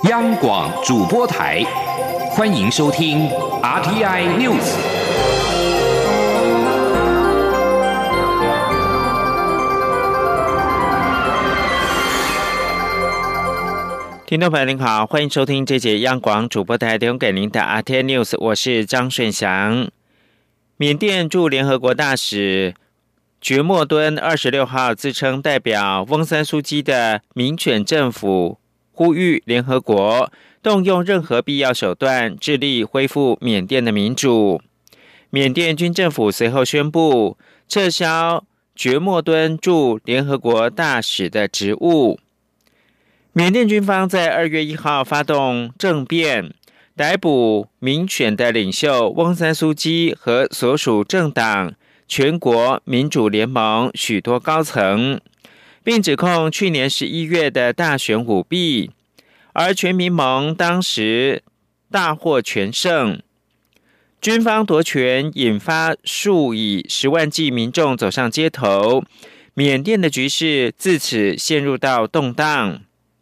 央广主播台，欢迎收听 RTI News。 听众朋友您好，欢迎收听这节央广主播台提供给您的 RTI News， 我是张顺祥。缅甸驻联合国大使觉莫敦26号自称代表翁山苏姬的民选政府，呼吁联合国动用任何必要手段，致力恢复缅甸的民主。缅甸军政府随后宣布撤销觉莫敦驻联合国大使的职务。缅甸军方在2月1号发动政变，逮捕民选的领袖翁山苏姬和所属政党全国民主联盟许多高层，并指控去年11月的大选舞弊，而全民盟当时大获全胜。军方夺权，引发数以10万计民众走上街头，缅甸的局势自此陷入到动荡。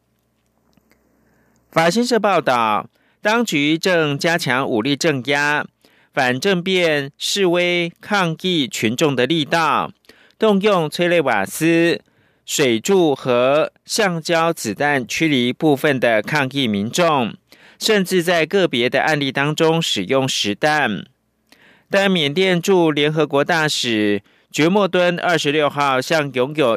法新社报道，当局正加强武力镇压反政变示威抗议群众的力道，动用催泪瓦斯、水柱和橡胶子弹驱离部分的抗议民众，甚至在个别的案例当中使用实弹。但缅甸驻联合国大使觉莫敦26号向拥有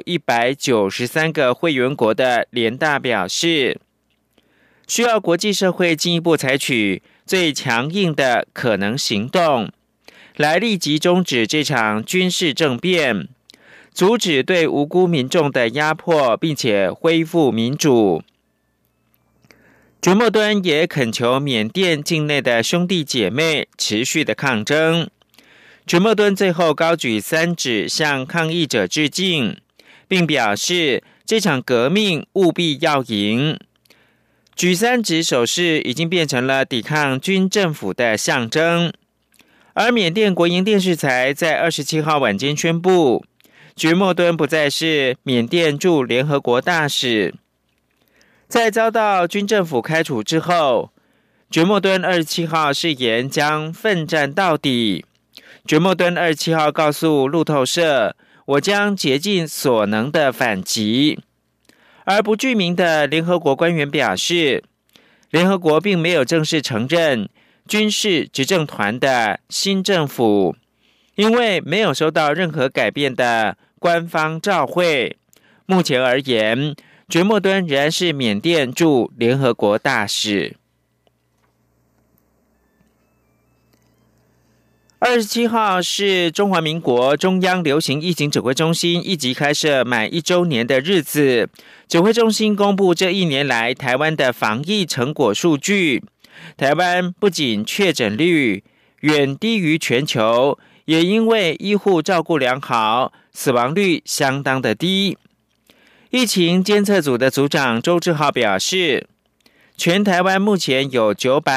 193个会员国的联大表示，需要国际社会进一步采取最强硬的可能行动，来立即终止这场军事政变，阻止对无辜民众的压迫，并且恢复民主。觉莫敦也恳求缅甸境内的兄弟姐妹持续的抗争。觉莫敦最后高举3指向抗议者致敬，并表示这场革命务必要赢。举3指手势已经变成了抵抗军政府的象征。而缅甸国营电视台在27号晚间宣布，觉莫敦不再是缅甸驻联合国大使。在遭到军政府开除之后，觉莫敦27号誓言将奋战到底。觉莫敦27号告诉路透社，我将竭尽所能的反击。而不具名的联合国官员表示，联合国并没有正式承认军事执政团的新政府，因为没有收到任何改变的官方照会。目前而言，觉莫敦仍然是缅甸驻联合国大使。27号是中华民国中央流行疫情指挥中心一级开设满1周年的日子。指挥中心公布这1年来台湾的防疫成果数据。台湾不仅确诊率远低于全球，也因为医护照顾良好，死亡率相当的低。疫情监测组的组长周志浩表示，全台湾目前有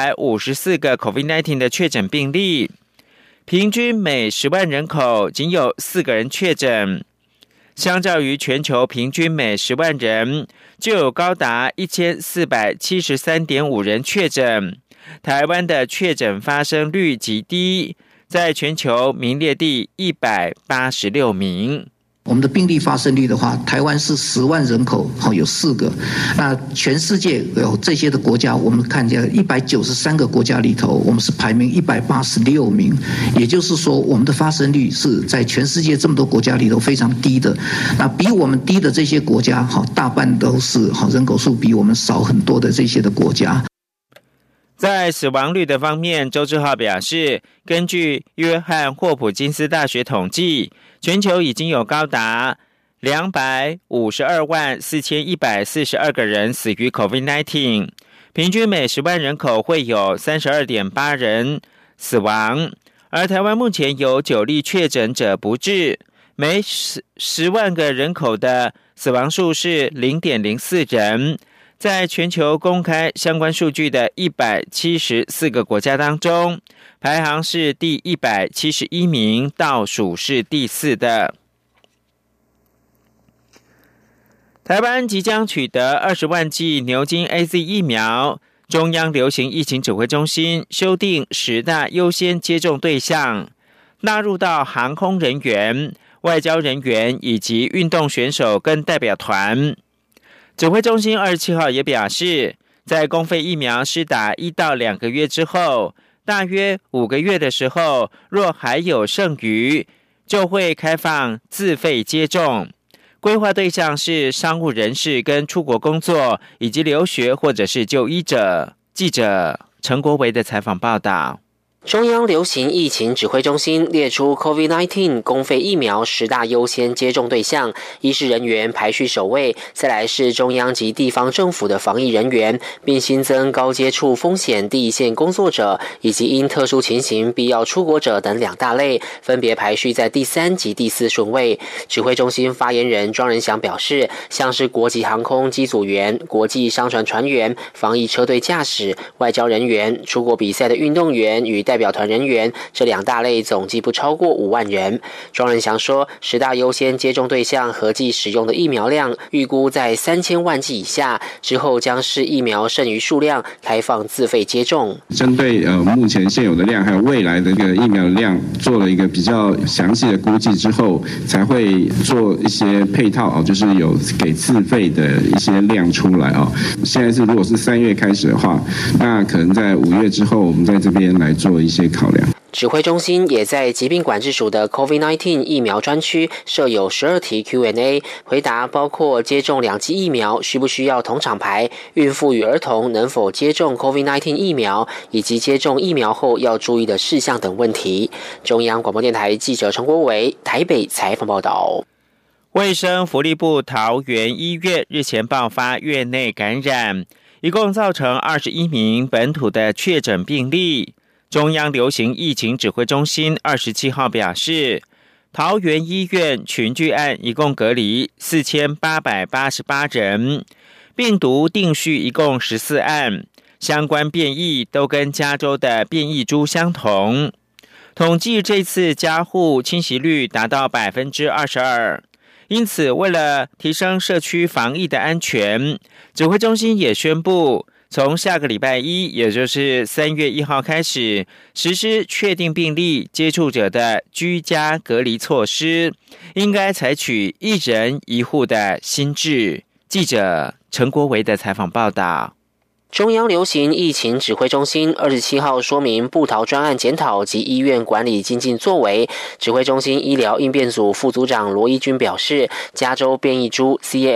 954个 COVID-19 的确诊病例，平均每10万人口仅有4个人确诊，相较于全球平均每10万人就有高达1473.5人确诊。台湾的确诊发生率极低，在全球名列第186名。 我们的病例发生率的话，台湾是10万人口有4个，那全世界有这些的国家，我们看见193个国家里头，我们是排名186名，也就是说我们的发生率是在全世界这么多国家里头非常低的。那比我们低的这些国家，大半都是人口数比我们少很多的这些的国家。 在死亡率的方面，周志浩表示，根据约翰霍普金斯大学统计，全球已经有高达2524142个人死于 COVID-19， 平均每10万人口会有 32.8 人死亡。而台湾目前有9例确诊者不治，每10万个人口的死亡数是 0.04 人。在全球公开相关数据的174个国家当中，排行是第171名，倒数是第4的。 台湾即将取得20万剂牛津 AZ 疫苗，中央流行疫情指挥中心修订10大优先接种对象，纳入到航空人员、外交人员以及运动选手跟代表团。指挥中心27号也表示，在公费疫苗施打1到2个月之后，大约5个月的时候，若还有剩余，就会开放自费接种。规划对象是商务人士跟出国工作以及留学或者是就医者。记者陈国维的采访报道。 中央流行疫情指挥中心列出 COVID-19 公费疫苗10大优先接种对象，医事人员排序首位，再来是中央及地方政府的防疫人员，并新增高接触风险第一线工作者以及因特殊情形必要出国者等2大类，分别排序在第3及第4顺位。指挥中心发言人庄仁祥表示，像是国际航空机组员、国际商船船员、防疫车队驾驶、外交人员、出国比赛的运动员与代表团人员，这2大类总计不超过5万人。庄仁祥说，10大优先接种对象合计使用的疫苗量预估在3000万剂以下，之后将视疫苗剩余数量开放自费接种。 针对目前现有的量还有未来的一个疫苗的量做了一个比较详细的估计之后，才会做一些配套就是有给自费的一些量出来现在是如果是3月开始的话，那可能在5月之后，我们在这边来做一些考量。 指挥中心也在疾病管制署的 COVID-19 疫苗专区设有12题 Q&A， 回答包括接种2剂疫苗需不需要同厂牌、孕妇与儿童能否接种 COVID-19 疫苗，以及接种疫苗后要注意的事项等问题。中央广播电台记者陈国维台北采访报道。 卫生福利部桃园医院日前爆发院内感染，一共造成21名本土的确诊病例。中央流行疫情指挥中心27号表示，桃园医院群聚案一共隔离4888人，病毒定序一共14案，相关变异都跟加州的变异株相同。统计这次家户侵袭率达到 22%， 因此为了提升社区防疫的安全，指挥中心也宣布，从下个礼拜一，也就是3月1号开始，实施确定病例接触者的居家隔离措施，应该采取1人1户的新制。记者陈国维的采访报道。 中央流行疫情指挥中心27号说明部桃专案检讨及医院管理精进作为。指挥中心医疗应变组副组长罗一军表示，加州变异株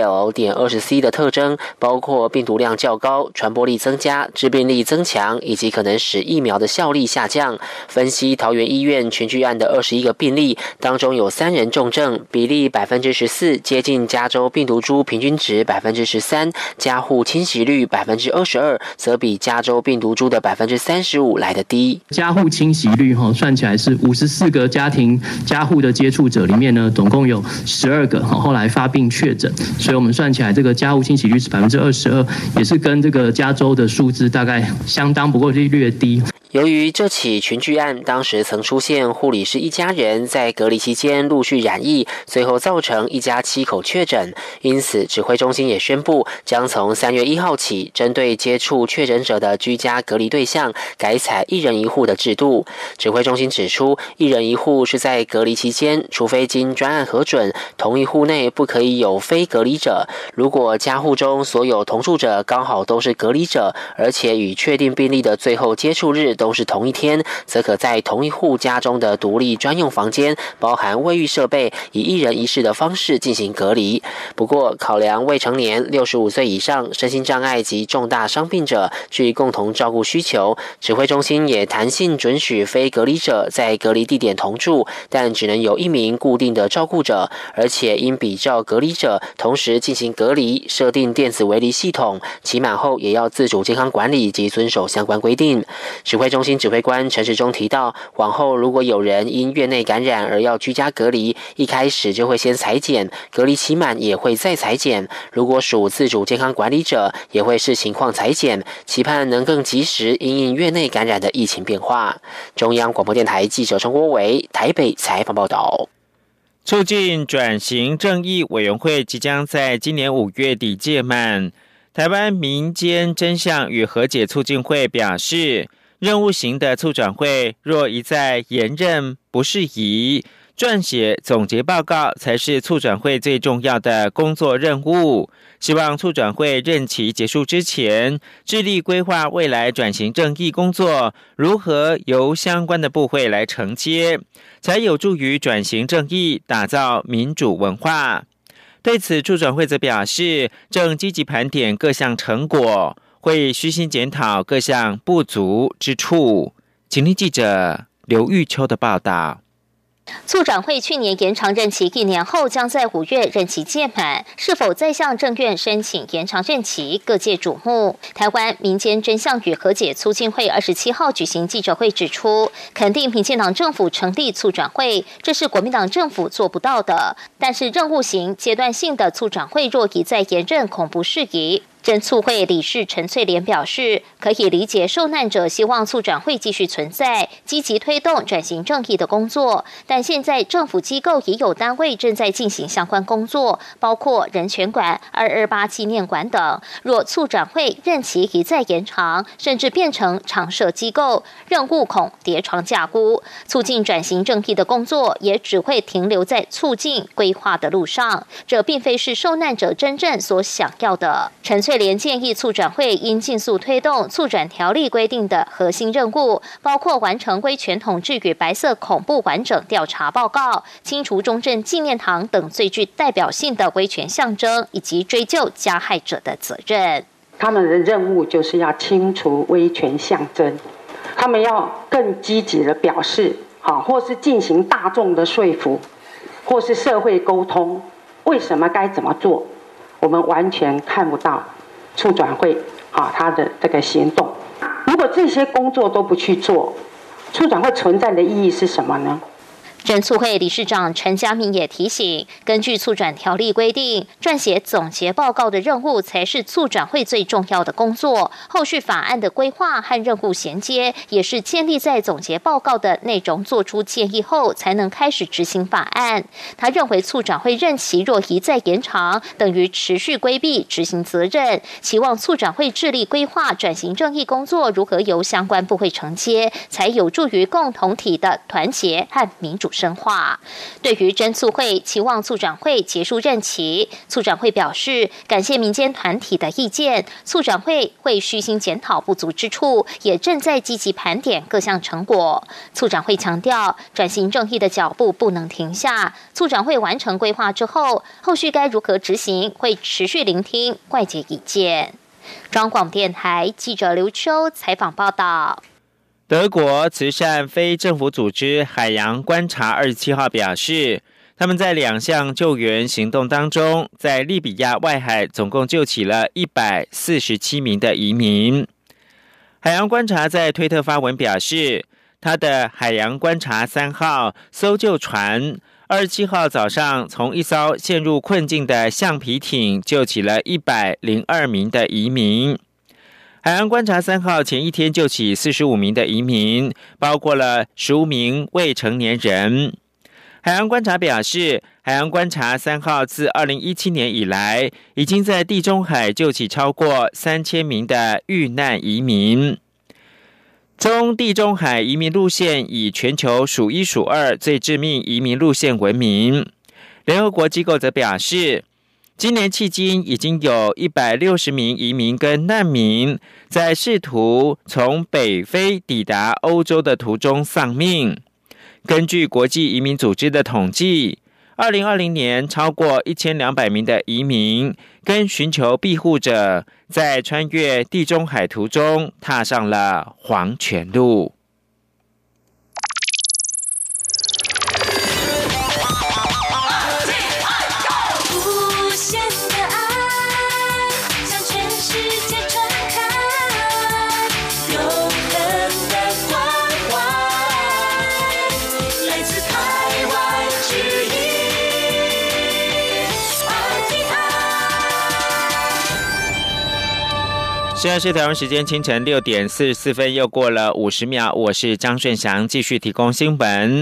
CAL.20C 的特征包括病毒量较高、传播力增加、致病力增强，以及可能使疫苗的效力下降。分析桃园医院群聚案的21个病例当中，有3人重症，比例 14%， 接近加州病毒株平均值 13%， 家户侵袭率 22%，则比加州病毒株的 35% 来得低。 家户侵袭率算起来是54个家户的接触者里面呢，总共有12个后来发病确诊，所以我们算起来这个家户侵袭率是 22%， 也是跟这个加州的数字大概相当，不过是略低。 由于这起群聚案当时曾出现护理师一家人在隔离期间陆续染疫，最后造成一家7口确诊，因此指挥中心也宣布将从3月1号起，针对接触确诊者的居家隔离对象改采1人1户的制度。指挥中心指出，1人1户是在隔离期间，除非经专案核准，同一户内不可以有非隔离者。如果家户中所有同住者刚好都是隔离者，而且与确定病例的最后接触日都是同一天，则可在同一户家中的独立专用房间，包含卫浴设备，以1人1室的方式进行隔离。不过，考量未成年、65岁以上、身心障碍及重大伤病者具共同照顾需求，指挥中心也弹性准许非隔离者在隔离地点同住，但只能有1名固定的照顾者，而且应比照隔离者同时进行隔离，设定电子围篱系统，期满后也要自主健康管理及遵守相关规定。指挥中心指挥官陈时中提到，往后如果有人因院内感染而要居家隔离，一开始就会先采检，隔离期满也会再采检，如果属自主健康管理者，也会视情况采检，期盼能更及时因应院内感染的疫情变化。中央广播电台记者陈国维台北采访报道。 促进转型正义委员会即将在今年5月底届满。台湾民间真相与和解促进会表示，任务型的促转会若一再延任不适宜，撰写总结报告才是促转会最重要的工作任务。希望促转会任期结束之前，致力规划未来转型正义工作如何由相关的部会来承接，才有助于转型正义打造民主文化。对此，促转会则表示，正积极盘点各项成果，会虚心检讨各项不足之处。请听记者刘玉秋的报道。 促转会去年延长任期1年后，将在5月任期届满，是否再向政院申请延长任期，各界瞩目。台湾民间真相与和解促进会27号举行记者会指出，肯定民进党政府成立促转会，这是国民党政府做不到的。但是任务型、阶段性的促转会若一再延任，恐不适宜。真促会理事陈翠莲表示，可以理解受难者希望促转会继续存在，积极推动转型正义的工作，但现在政府机构也有单位正在进行相关工作，包括人权馆、228纪念馆等。若促转会任期一再延长，甚至变成常设机构，任务恐叠床架屋，促进转型正义的工作也只会停留在促进规划的路上，这并非是受难者真正所想要的。陈翠莲建议促转会应尽速推动促转条例规定的核心任务，包括完成威权统治与白色恐怖完整调查报告，清除中正纪念堂等最具代表性的威权象征，以及追究加害者的责任。 他们的任务就是要清除威权象征，他们要更积极的表示，或是进行大众的说服，或是社会沟通，为什么该怎么做，我们完全看不到促转会他的这个行动。如果这些工作都不去做，促转会存在的意义是什么呢？ 真促会理事长陈嘉明也提醒，根据促转条例规定，撰写总结报告的任务才是促转会最重要的工作，后续法案的规划和任务衔接，也是建立在总结报告的内容做出建议后，才能开始执行法案。他认为促转会任期若一再延长，等于持续规避执行责任，期望促转会致力规划转型正义工作如何由相关部会承接，才有助于共同体的团结和民主深化。对于真促会期望促转会结束任期，促转会表示感谢民间团体的意见，促转会会虚心检讨不足之处，也正在积极盘点各项成果。促转会强调，转型正义的脚步不能停下，促转会完成规划之后，后续该如何执行，会持续聆听外界意见。中央广播电台记者刘秋采访报道。 德国慈善非政府组织海洋观察27号表示，他们在2项救援行动当中，在利比亚外海总共救起了147名的移民。海洋观察在推特发文表示，他的海洋观察3号搜救船27号早上从一艘陷入困境的橡皮艇救起了102名的移民。海洋观察3号前一天救起45名的移民，包括了15名未成年人。海洋观察表示，海洋观察3号自2017年以来，已经在地中海救起超过3000名的遇难移民。中地中海移民路线以全球数1数2最致命移民路线闻名。联合国机构则表示，今年迄今已经有160名移民跟难民在试图从北非抵达欧洲的途中丧命。根据国际移民组织的统计，2020年超过1200名的移民跟寻求庇护者在穿越地中海途中踏上了黄泉路。现在是台湾时间清晨6点44分，又过了50秒。我是张顺祥，继续提供新闻。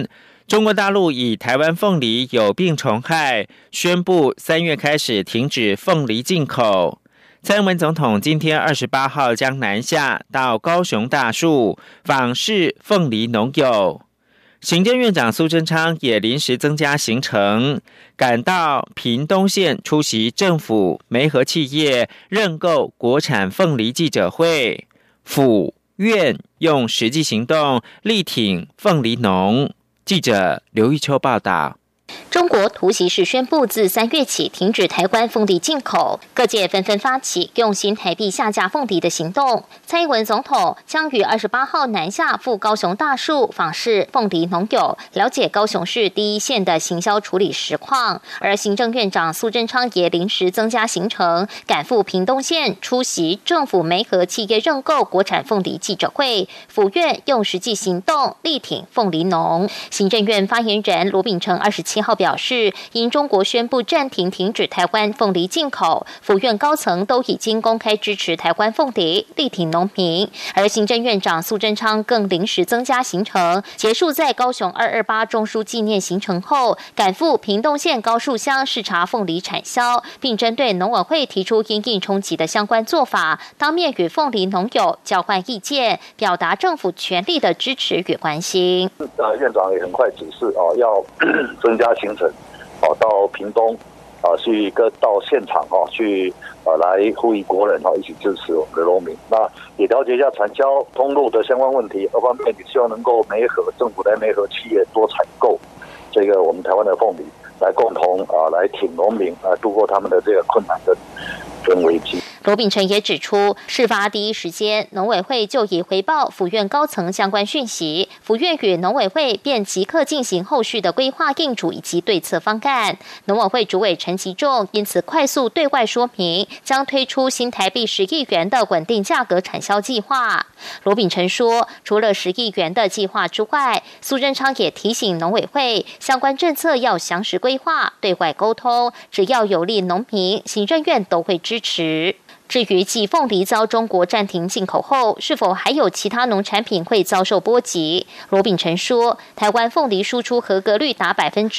中国大陆以台湾凤梨有病虫害，宣布3月开始停止凤梨进口。蔡英文总统今天28号将南下到高雄大树访视凤梨农友。行政院长苏贞昌也临时增加行程，赶到屏东县出席政府媒合企业认购国产凤梨记者会，府院用实际行动力挺凤梨农。记者刘玉秋报道。 中国突袭市宣布自3月起停止台湾凤梨进口，各界纷纷发起用新台币下架凤梨的行动。蔡英文总统将于28号南下赴高雄大树访视凤梨农友，了解高雄市第一线的行销处理实况。而行政院长苏贞昌也临时增加行程，赶赴屏东县出席政府媒合企业认购国产凤梨记者会，府院用实际行动力挺凤梨农。行政院发言人罗秉成27号表示，因中国宣布暂停止台湾凤梨进口，府院高层都已经公开支持台湾凤梨，力挺农民。而行政院长苏贞昌更临时增加行程，结束在高雄228中枢纪念行程后，赶赴屏东县高树乡视察凤梨产销，并针对农委会提出因应冲击的相关做法，当面与凤梨农友交换意见，表达政府全力的支持与关心。 院长也很快指示要增加行程到屏东去到现场去来呼吁国人一起支持我们的农民，那也了解一下产销通路的相关问题，二方面也希望能够媒合政府来媒合企业多采购这个我们台湾的凤梨，来共同来挺农民度过他们的这个困难跟危机。 罗秉成也指出，事发第一时间，农委会就已回报府院高层相关讯息，府院与农委会便即刻进行后续的规划应处以及对策方案。农委会主委陈其仲因此快速对外说明，将推出新台币10亿元的稳定价格产销计划。罗秉成说，除了10亿元的计划之外，苏贞昌也提醒农委会，相关政策要详实规划，对外沟通，只要有利农民，行政院都会支持。至于继凤梨遭中国暂停进口后，是否还有其他农产品会遭受波及？罗秉成说，台湾凤梨输出合格率达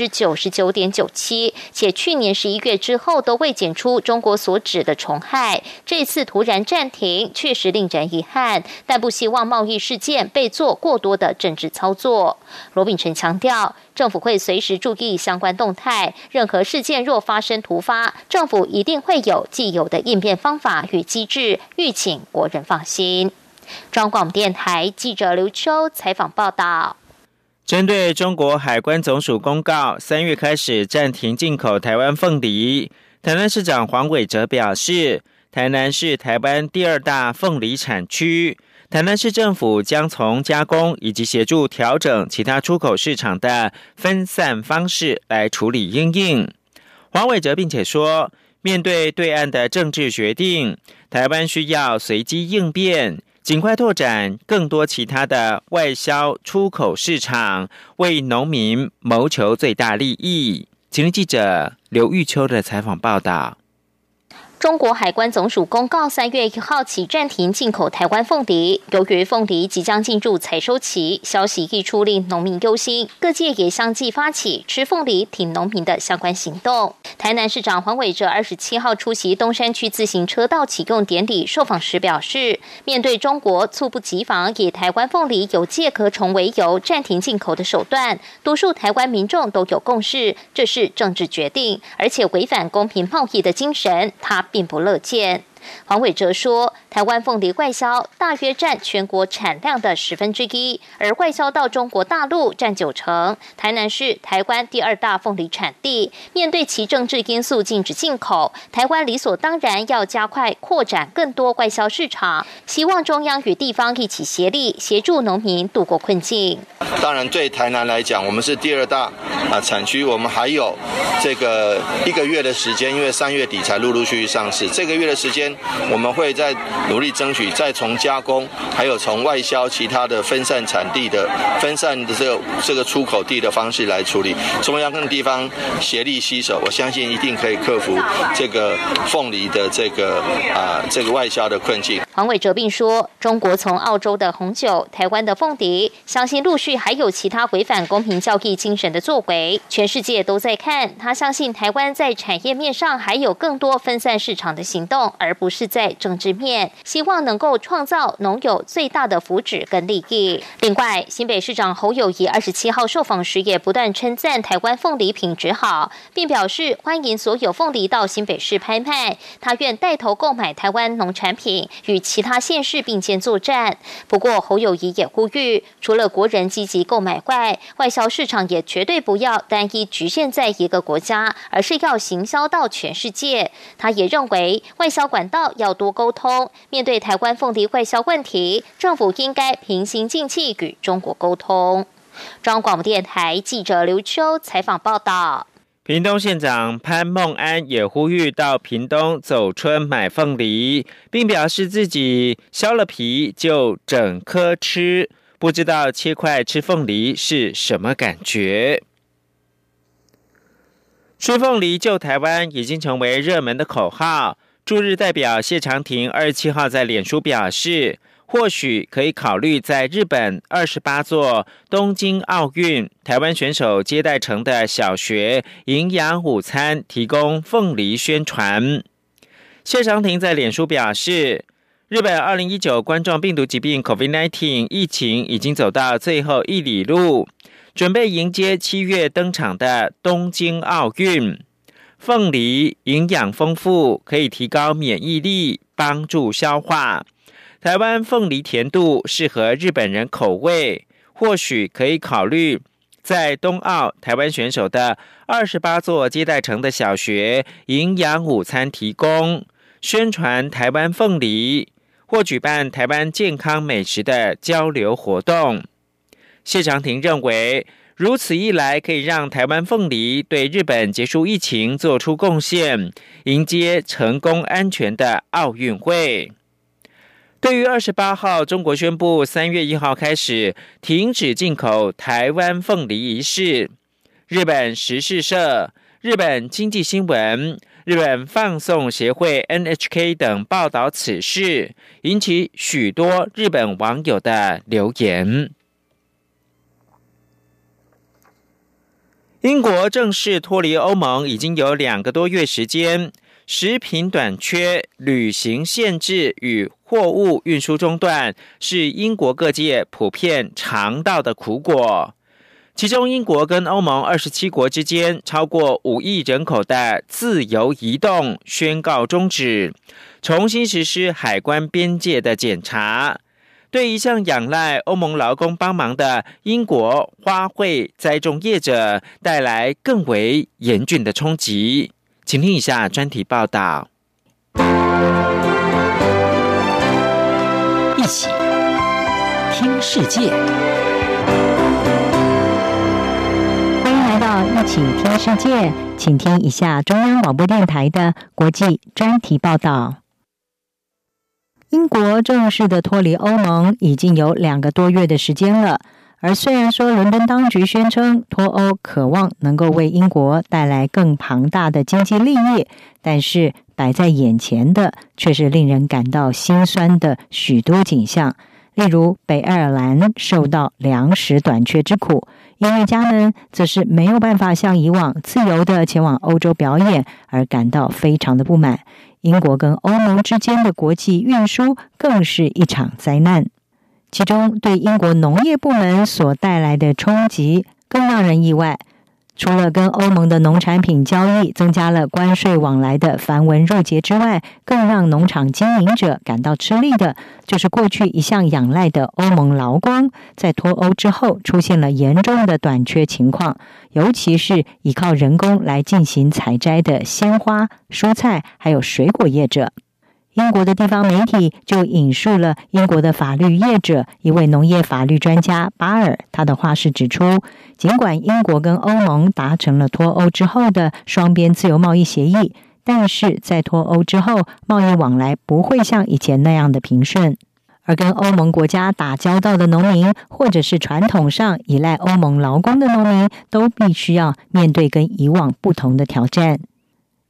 99.97%， 且去年11月之后都未检出中国所指的虫害，这次突然暂停确实令人遗憾，但不希望贸易事件被做过多的政治操作。罗秉成强调，政府会随时注意相关动态，任何事件若发生突发，政府一定会有既有的应变方法与机制，欲请国人放心。中央广播电台记者刘秋采访报道。 针对中国海关总署公告3月开始暂停进口台湾凤梨，台南市长黄伟哲表示，台南是台湾第2大凤梨产区，台南市政府将从加工以及协助调整其他出口市场的分散方式来处理因应。黄伟哲并且说，面对对岸的政治决定，台湾需要随机应变，尽快拓展更多其他的外销出口市场，为农民谋求最大利益。今天记者刘玉秋的采访报道。 中国海关总署公告，3月1号起暂停进口台湾凤梨。由于凤梨即将进入采收期，消息一出令农民忧心，各界也相继发起吃凤梨挺农民的相关行动。台南市长黄伟哲27号出席东山区自行车道启用典礼，受访时表示，面对中国猝不及防以台湾凤梨有介壳虫为由暂停进口的手段，多数台湾民众都有共识，这是政治决定，而且违反公平贸易的精神，他并不乐见。黄伟哲说，台湾凤梨外销大约占全国产量的1/10，而外销到中国大陆占90%。台南是台湾第2大凤梨产地，面对其政治因素禁止进口，台湾理所当然要加快扩展更多外销市场，希望中央与地方一起协力，协助农民度过困境。 当然，对台南来讲，我们是第2大产区，我们还有这个1个月的时间，因为3月底才陆陆续续上市，这个月的时间，我们会再努力争取，再从加工，还有从外销其他的分散产地的分散的这个出口地的方式来处理。中央跟地方协力携手，我相信一定可以克服这个凤梨的这个外销的困境。 黄伟哲并说，中国从澳洲的红酒、台湾的凤梨，相信陆续还有其他违反公平交易精神的作为，全世界都在看。他相信台湾在产业面上还有更多分散市场的行动，而不是在政治面，希望能够创造农友最大的福祉跟利益。另外，新北市长侯友宜27号受访时也不断称赞台湾凤梨品质好，并表示欢迎所有凤梨到新北市拍卖，他愿带头购买台湾农产品，与其他县市并肩作战。不过侯友宜也呼吁，除了国人积极购买外，外销市场也绝对不要单一局限在一个国家，而是要行销到全世界。他也认为外销管道要多沟通，面对台湾凤梨外销问题，政府应该平心静气与中国沟通。中央广播电台记者刘秋采访报道。 屏东县长潘孟安也呼吁到屏东走春买凤梨，并表示自己削了皮就整颗吃，不知道切块吃凤梨是什么感觉。吃凤梨救台湾已经成为热门的口号。驻日代表谢长廷27号在脸书表示，或许可以考虑在日本28座东京奥运台湾选手接待成的小学营养午餐提供凤梨宣传。谢长廷在脸书表示，日本2019冠状病毒疾病 COVID-19 疫情已经走到最后1里路，准备迎接7月登场的东京奥运。凤梨营养丰富，可以提高免疫力，帮助消化。台湾凤梨甜度适合日本人口味，或许可以考虑在冬奥台湾选手的28座接待成的小学营养午餐提供，宣传台湾凤梨，或举办台湾健康美食的交流活动。谢长廷认为，如此一来可以让台湾凤梨对日本结束疫情做出贡献，迎接成功安全的奥运会。对于28号中国宣布3月1号开始停止进口台湾凤梨一事，日本时事社、日本经济新闻、日本放送协会 NHK 等报道此事，引起许多日本网友的留言。英国正式脱离欧盟已经有2个多月时间，食品短缺、旅行限制与货物运输中断是英国各界普遍尝到的苦果。其中，英国跟欧盟27国之间超过5亿人口的自由移动宣告终止，重新实施海关边界的检查。对一向仰赖欧盟劳工帮忙的英国花卉栽种业者带来更为严峻的冲击。请听以下专题报道。 一起听世界， 欢迎来到一起听世界，请听一下中央广播电台的国际专题报道。英国正式的脱离欧盟已经有2个多月的时间了，而虽然说伦敦当局宣称脱欧渴望能够为英国带来更庞大的经济利益，但是摆在眼前的却是令人感到心酸的许多景象。例如北爱尔兰受到粮食短缺之苦，音乐家们则是没有办法像以往自由的前往欧洲表演，而感到非常的不满。英国跟欧盟之间的国际运输更是一场灾难，其中对英国农业部门所带来的冲击更让人意外。除了跟欧盟的农产品交易增加了关税往来的繁文缛节之外，更让农场经营者感到吃力的，就是过去一向仰赖的欧盟劳工，在脱欧之后出现了严重的短缺情况，尤其是依靠人工来进行采摘的鲜花、蔬菜还有水果业者。英国的地方媒体就引述了英国的法律业者一位农业法律专家巴尔，他的话是指出，尽管英国跟欧盟达成了脱欧之后的双边自由贸易协议，但是在脱欧之后，贸易往来不会像以前那样的平顺。而跟欧盟国家打交道的农民，或者是传统上依赖欧盟劳工的农民，都必须要面对跟以往不同的挑战。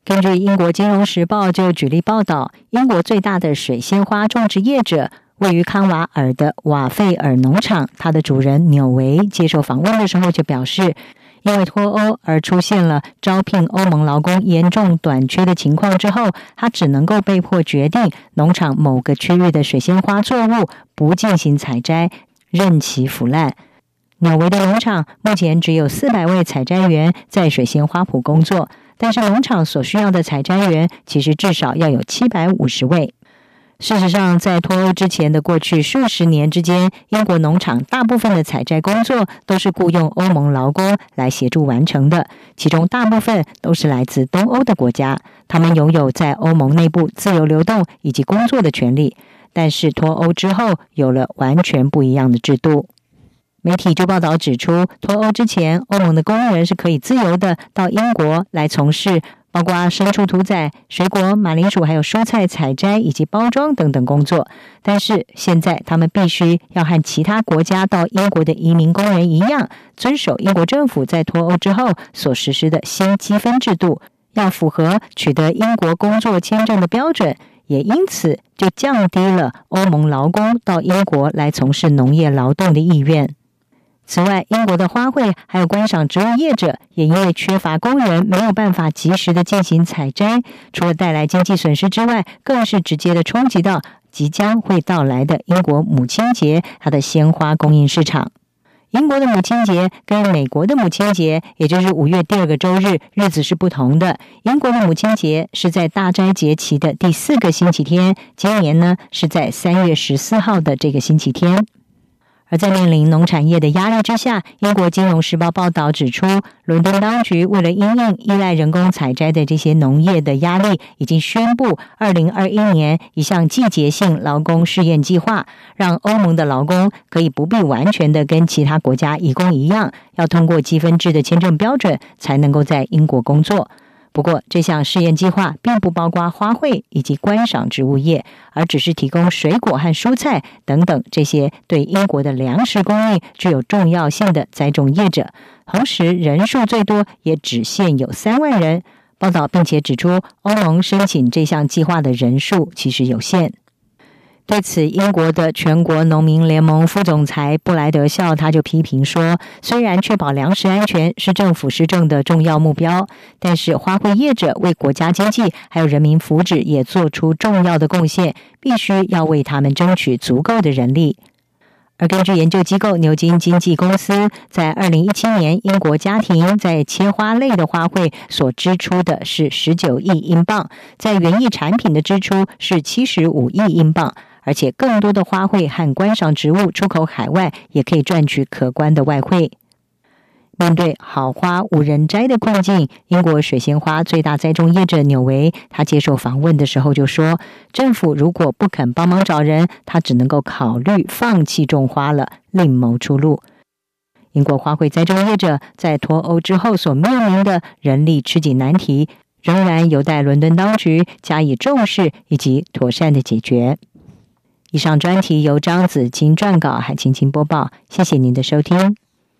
根据英国金融时报就举例报道，英国最大的水仙花种植业者位于康瓦尔的瓦费尔农场，它的主人纽维接受访问的时候就表示，因为脱欧而出现了招聘欧盟劳工严重短缺的情况之后，他只能够被迫决定农场某个区域的水仙花作物不进行采摘，任其腐烂。纽维的农场目前只有400位采摘员在水仙花圃工作，但是农场所需要的采摘员其实至少要有750位。事实上，在脱欧之前的过去数十年之间，英国农场大部分的采摘工作都是雇用欧盟劳工来协助完成的，其中大部分都是来自东欧的国家，他们拥有在欧盟内部自由流动以及工作的权利。但是脱欧之后，有了完全不一样的制度。媒体就报道指出，脱欧之前，欧盟的工人是可以自由的到英国来从事包括牲畜屠宰、水果、马铃薯还有蔬菜采摘以及包装等等工作。但是现在他们必须要和其他国家到英国的移民工人一样，遵守英国政府在脱欧之后所实施的新积分制度，要符合取得英国工作签证的标准，也因此就降低了欧盟劳工到英国来从事农业劳动的意愿。此外，英国的花卉还有观赏植物业者也因为缺乏工人，没有办法及时的进行采摘，除了带来经济损失之外，更是直接的冲击到即将会到来的英国母亲节它的鲜花供应市场。英国的母亲节跟美国的母亲节，也就是5月第2个周日，日子是不同的。英国的母亲节是在大斋节期的第4个星期天，今年呢是在3月14号的这个星期天。而在面临农产业的压力之下，英国金融时报报道指出，伦敦当局为了因应依赖人工采摘的这些农业的压力，已经宣布2021年一项季节性劳工试验计划，让欧盟的劳工可以不必完全的跟其他国家移工一样，要通过积分制的签证标准才能够在英国工作。不过，这项试验计划并不包括花卉以及观赏植物业，而只是提供水果和蔬菜等等这些对英国的粮食供应具有重要性的栽种业者。同时，人数最多也只限有3万人。报道并且指出，欧盟申请这项计划的人数其实有限。对此，英国的全国农民联盟副总裁布莱德孝他就批评说，虽然确保粮食安全是政府施政的重要目标，但是花卉业者为国家经济还有人民福祉也做出重要的贡献，必须要为他们争取足够的人力。而根据研究机构牛津经纪公司，在2017年，英国家庭在切花类的花卉所支出的是19亿英镑，在园艺产品的支出是75亿英镑，而且更多的花卉和观赏植物出口海外，也可以赚取可观的外汇。面对好花无人摘的困境，英国水仙花最大栽种业者纽维，他接受访问的时候就说，政府如果不肯帮忙找人，他只能够考虑放弃种花了，另谋出路。英国花卉栽种业者在脱欧之后所面临的人力吃紧难题，仍然有待伦敦当局加以重视以及妥善的解决。以上专题由张子清撰稿，海青青播报，谢谢您的收听。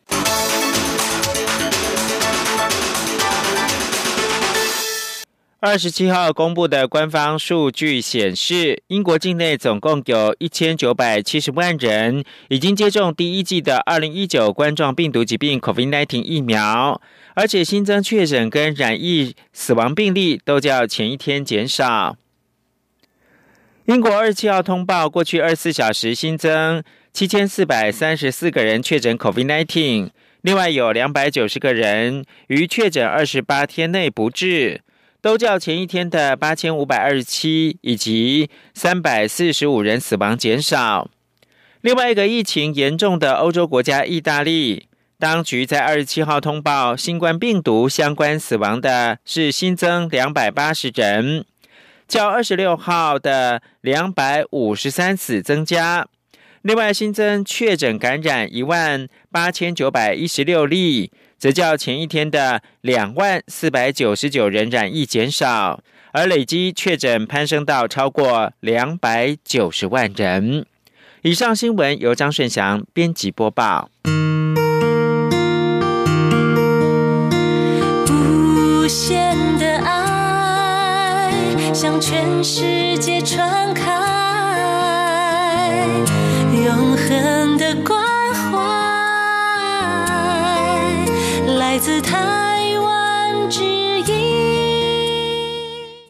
27号公布的官方数据显示，英国境内总共有1970万人已经接种第1剂的2019冠状病毒疾病 COVID-19 疫苗，而且新增确诊跟染疫死亡病例都较前一天减少。英国27号通报，过去24小时新增7434个人确诊 COVID-19， 另外有290个人于确诊28天内不治，都较前一天的8527以及345人死亡减少。另外一个疫情严重的欧洲国家意大利，当局在27号通报新冠病毒相关死亡的是新增280人，较26号的253死增加。另外新增确诊感染18916例，则较前一天的20499人染疫减少，而累积确诊攀升到超过290万人。以上新闻由张顺祥编辑播报。 无限的爱向全世界传开，永恒的关怀来自他